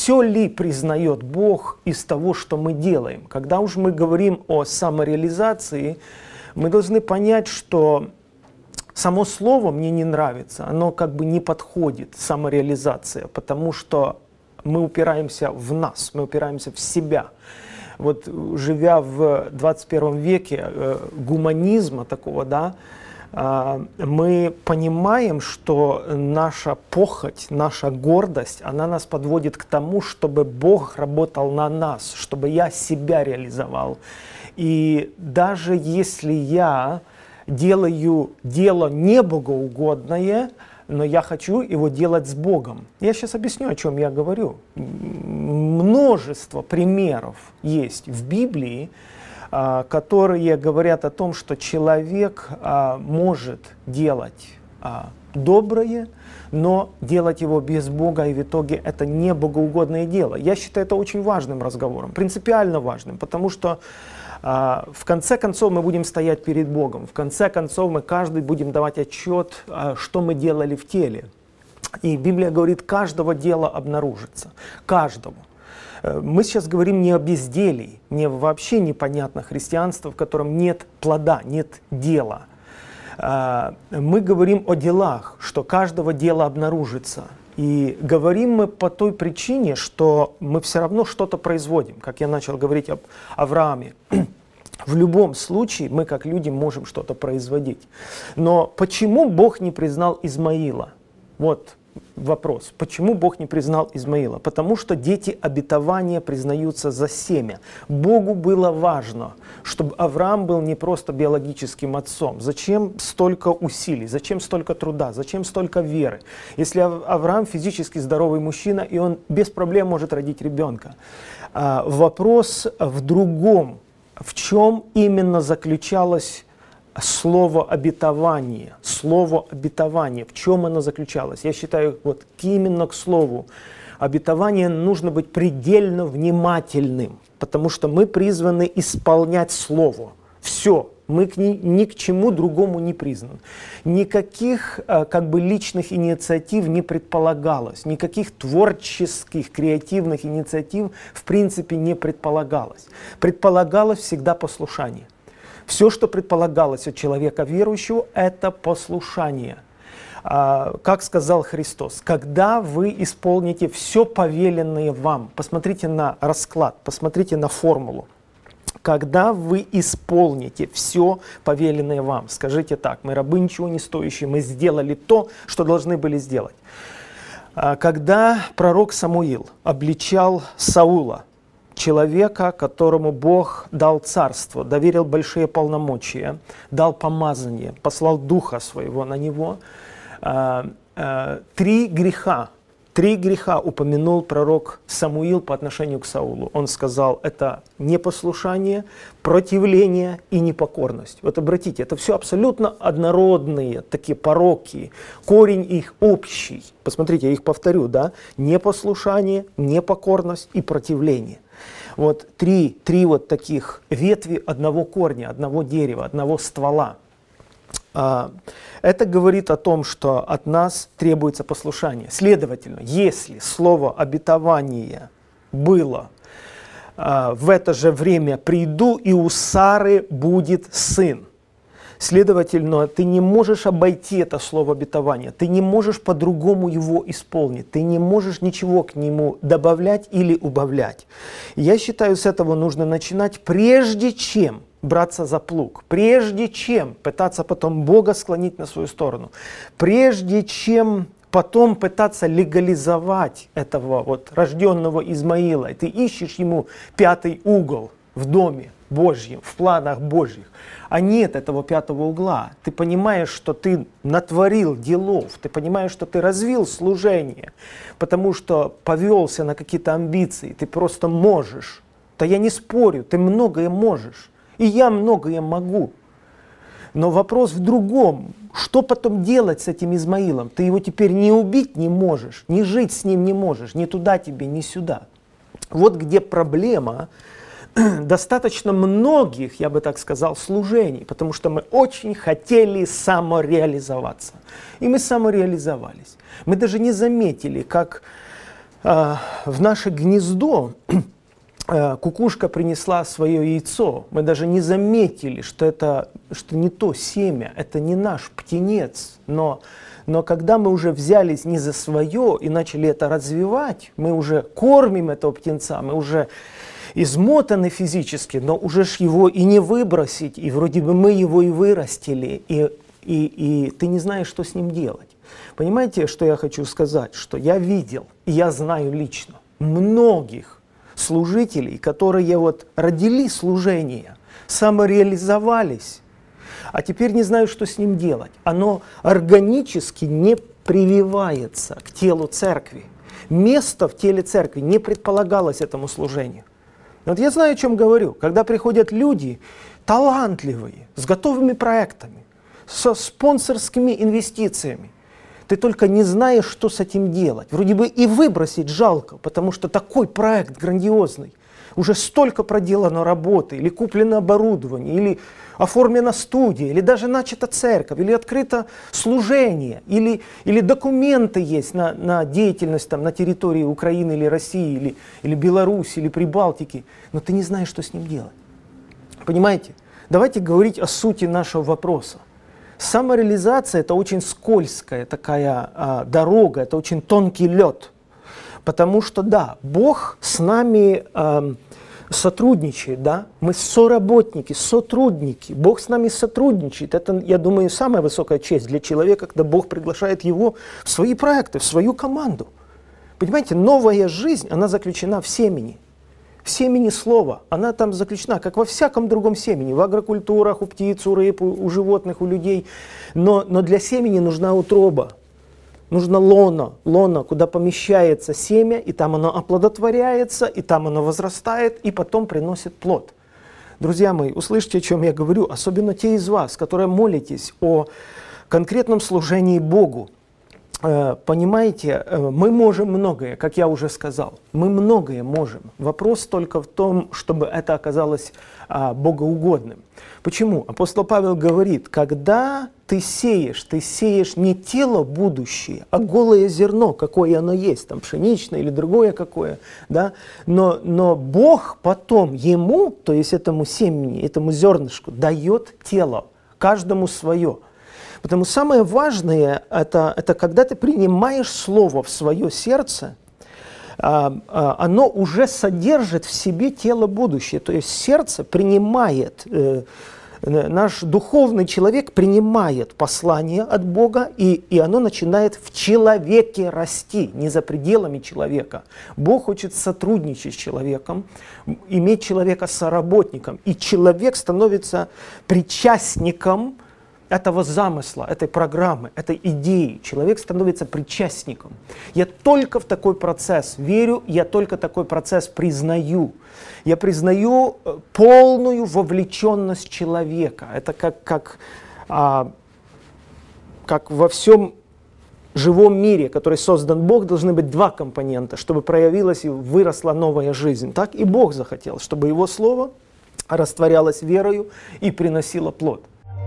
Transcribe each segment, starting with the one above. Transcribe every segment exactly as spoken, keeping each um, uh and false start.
все ли признает Бог из того, что мы делаем. Когда уж мы говорим о самореализации, мы должны понять, что само слово мне не нравится, оно как бы не подходит, самореализация, потому что мы упираемся в нас, мы упираемся в себя. Вот живя в двадцать первом веке э, гуманизма такого, да, э, мы понимаем, что наша похоть, наша гордость, она нас подводит к тому, чтобы Бог работал на нас, чтобы я себя реализовал. И даже если я делаю дело не богоугодное, но я хочу его делать с Богом. Я сейчас объясню, о чем я говорю. Множество примеров есть в Библии, которые говорят о том, что человек может делать доброе, но делать его без Бога, и в итоге это не богоугодное дело. Я считаю это очень важным разговором, принципиально важным, потому что в конце концов мы будем стоять перед Богом, в конце концов мы каждый будем давать отчет, что мы делали в теле. И Библия говорит, каждого дела обнаружится, каждого. Мы сейчас говорим не о безделии, не вообще непонятно христианство, в котором нет плода, нет дела. Мы говорим о делах, что каждого дела обнаружится. И говорим мы по той причине, что мы все равно что-то производим. Как я начал говорить об Аврааме. В любом случае мы как люди можем что-то производить. Но почему Бог не признал Измаила? Вот вопрос. Почему Бог не признал Измаила? Потому что дети обетования признаются за семя. Богу было важно, чтобы Авраам был не просто биологическим отцом. Зачем столько усилий? Зачем столько труда? Зачем столько веры? Если Авраам физически здоровый мужчина, и он без проблем может родить ребенка. А, вопрос в другом. В чем именно заключалось слово обетование, слово обетование, в чем оно заключалось? Я считаю, вот именно к слову обетования нужно быть предельно внимательным, потому что мы призваны исполнять слово. Все, мы к ни, ни к чему другому не призваны. Никаких как бы личных инициатив не предполагалось, никаких творческих, креативных инициатив в принципе не предполагалось. Предполагалось всегда послушание. Все, что предполагалось от человека верующего, это послушание. А, как сказал Христос, когда вы исполните все повеленное вам, посмотрите на расклад, посмотрите на формулу. Когда вы исполните все повеленное вам, скажите так, мы рабы ничего не стоящие, мы сделали то, что должны были сделать. А, когда пророк Самуил обличал Саула, человека, которому Бог дал царство, доверил большие полномочия, дал помазание, послал Духа Своего на него. Три греха, три греха упомянул пророк Самуил по отношению к Саулу. Он сказал, это непослушание, противление и непокорность. Вот обратите, это все абсолютно однородные такие пороки, корень их общий. Посмотрите, я их повторю, да? Непослушание, непокорность и противление. Вот три, три вот таких ветви одного корня, одного дерева, одного ствола. Это говорит о том, что от нас требуется послушание. Следовательно, если слово обетование было в это же время «приду, и у Сары будет сын», следовательно, ты не можешь обойти это слово обетования, ты не можешь по-другому его исполнить, ты не можешь ничего к нему добавлять или убавлять. Я считаю, с этого нужно начинать, прежде чем браться за плуг, прежде чем пытаться потом Бога склонить на свою сторону, прежде чем потом пытаться легализовать этого вот рожденного Измаила, и ты ищешь ему пятый угол в доме Божьем, в планах Божьих, а нет этого пятого угла. Ты понимаешь, что ты натворил делов, ты понимаешь, что ты развил служение, потому что повелся на какие-то амбиции, ты просто можешь. Да я не спорю, ты многое можешь, и я многое могу. Но вопрос в другом. Что потом делать с этим Измаилом? Ты его теперь не убить не можешь, не жить с ним не можешь, ни туда тебе, ни сюда. Вот где проблема достаточно многих, я бы так сказал, служений, потому что мы очень хотели самореализоваться. И мы самореализовались. Мы даже не заметили, как в наше гнездо кукушка принесла свое яйцо. Мы даже не заметили, что это что не то семя, это не наш птенец. Но, но когда мы уже взялись не за свое и начали это развивать, мы уже кормим этого птенца, мы уже измотаны физически, но уже ж его и не выбросить, и вроде бы мы его и вырастили, и, и, и ты не знаешь, что с ним делать. Понимаете, что я хочу сказать? Что я видел, и я знаю лично, многих служителей, которые вот родили служение, самореализовались, а теперь не знаю, что с ним делать. Оно органически не прививается к телу церкви. Место в теле церкви не предполагалось этому служению. Вот я знаю, о чем говорю. Когда приходят люди талантливые, с готовыми проектами, со спонсорскими инвестициями, ты только не знаешь, что с этим делать. Вроде бы и выбросить жалко, потому что такой проект грандиозный. Уже столько проделано работы, или куплено оборудование, или оформлена студия, или даже начата церковь, или открыто служение, или, или документы есть на, на деятельность там, на территории Украины или России, или, или Беларуси, или Прибалтики, но ты не знаешь, что с ним делать. Понимаете? Давайте говорить о сути нашего вопроса. Самореализация – это очень скользкая такая а, дорога, это очень тонкий лед. Потому что, да, Бог с нами э, сотрудничает, да, мы соработники, сотрудники, Бог с нами сотрудничает. Это, я думаю, самая высокая честь для человека, когда Бог приглашает его в свои проекты, в свою команду. Понимаете, новая жизнь, она заключена в семени. В семени слова, она там заключена, как во всяком другом семени, в агрокультурах, у птиц, у рыб, у, у животных, у людей. Но, но для семени нужна утроба. Нужно лоно, лоно, куда помещается семя, и там оно оплодотворяется, и там оно возрастает, и потом приносит плод. Друзья мои, услышьте, о чем я говорю, особенно те из вас, которые молитесь о конкретном служении Богу. Понимаете, мы можем многое, как я уже сказал, мы многое можем. Вопрос только в том, чтобы это оказалось богоугодным. Почему? Апостол Павел говорит, когда ты сеешь, ты сеешь не тело будущее, а голое зерно, какое оно есть, там пшеничное или другое какое, да? но, но Бог потом ему, то есть этому семени, этому зернышку, дает тело, каждому свое. Потому самое важное, это, это когда ты принимаешь слово в свое сердце, а, а, оно уже содержит в себе тело будущее. То есть сердце принимает, э, наш духовный человек принимает послание от Бога, и, и оно начинает в человеке расти, не за пределами человека. Бог хочет сотрудничать с человеком, иметь человека соработником, и человек становится причастником этого замысла, этой программы, этой идеи. Человек становится причастником. Я только в такой процесс верю, я только такой процесс признаю. Я признаю полную вовлеченность человека. Это как, как, а, как во всем живом мире, который создан Бог, должны быть два компонента, чтобы проявилась и выросла новая жизнь. Так и Бог захотел, чтобы Его Слово растворялось верою и приносило плод.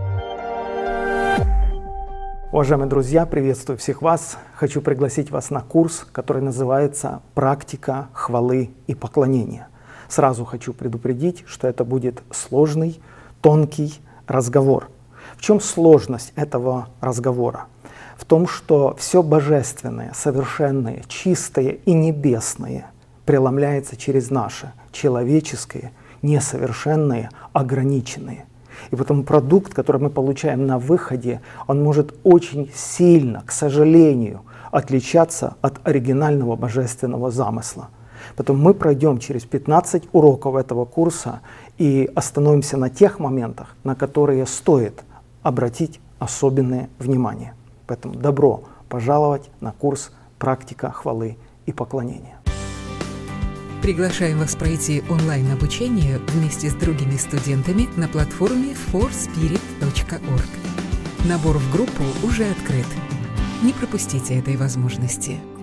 Уважаемые друзья, приветствую всех вас. Хочу пригласить вас на курс, который называется «Практика хвалы и поклонения». Сразу хочу предупредить, что это будет сложный, тонкий разговор. В чем сложность этого разговора? В том, что все божественное, совершенное, чистое и небесное преломляется через наше человеческое, несовершенное, ограниченное. И поэтому продукт, который мы получаем на выходе, он может очень сильно, к сожалению, отличаться от оригинального божественного замысла. Поэтому мы пройдем через пятнадцать уроков этого курса и остановимся на тех моментах, на которые стоит обратить особенное внимание. Поэтому добро пожаловать на курс «Практика хвалы и поклонения». Приглашаем вас пройти онлайн-обучение вместе с другими студентами на платформе фор спирит точка орг. Набор в группу уже открыт. Не пропустите этой возможности.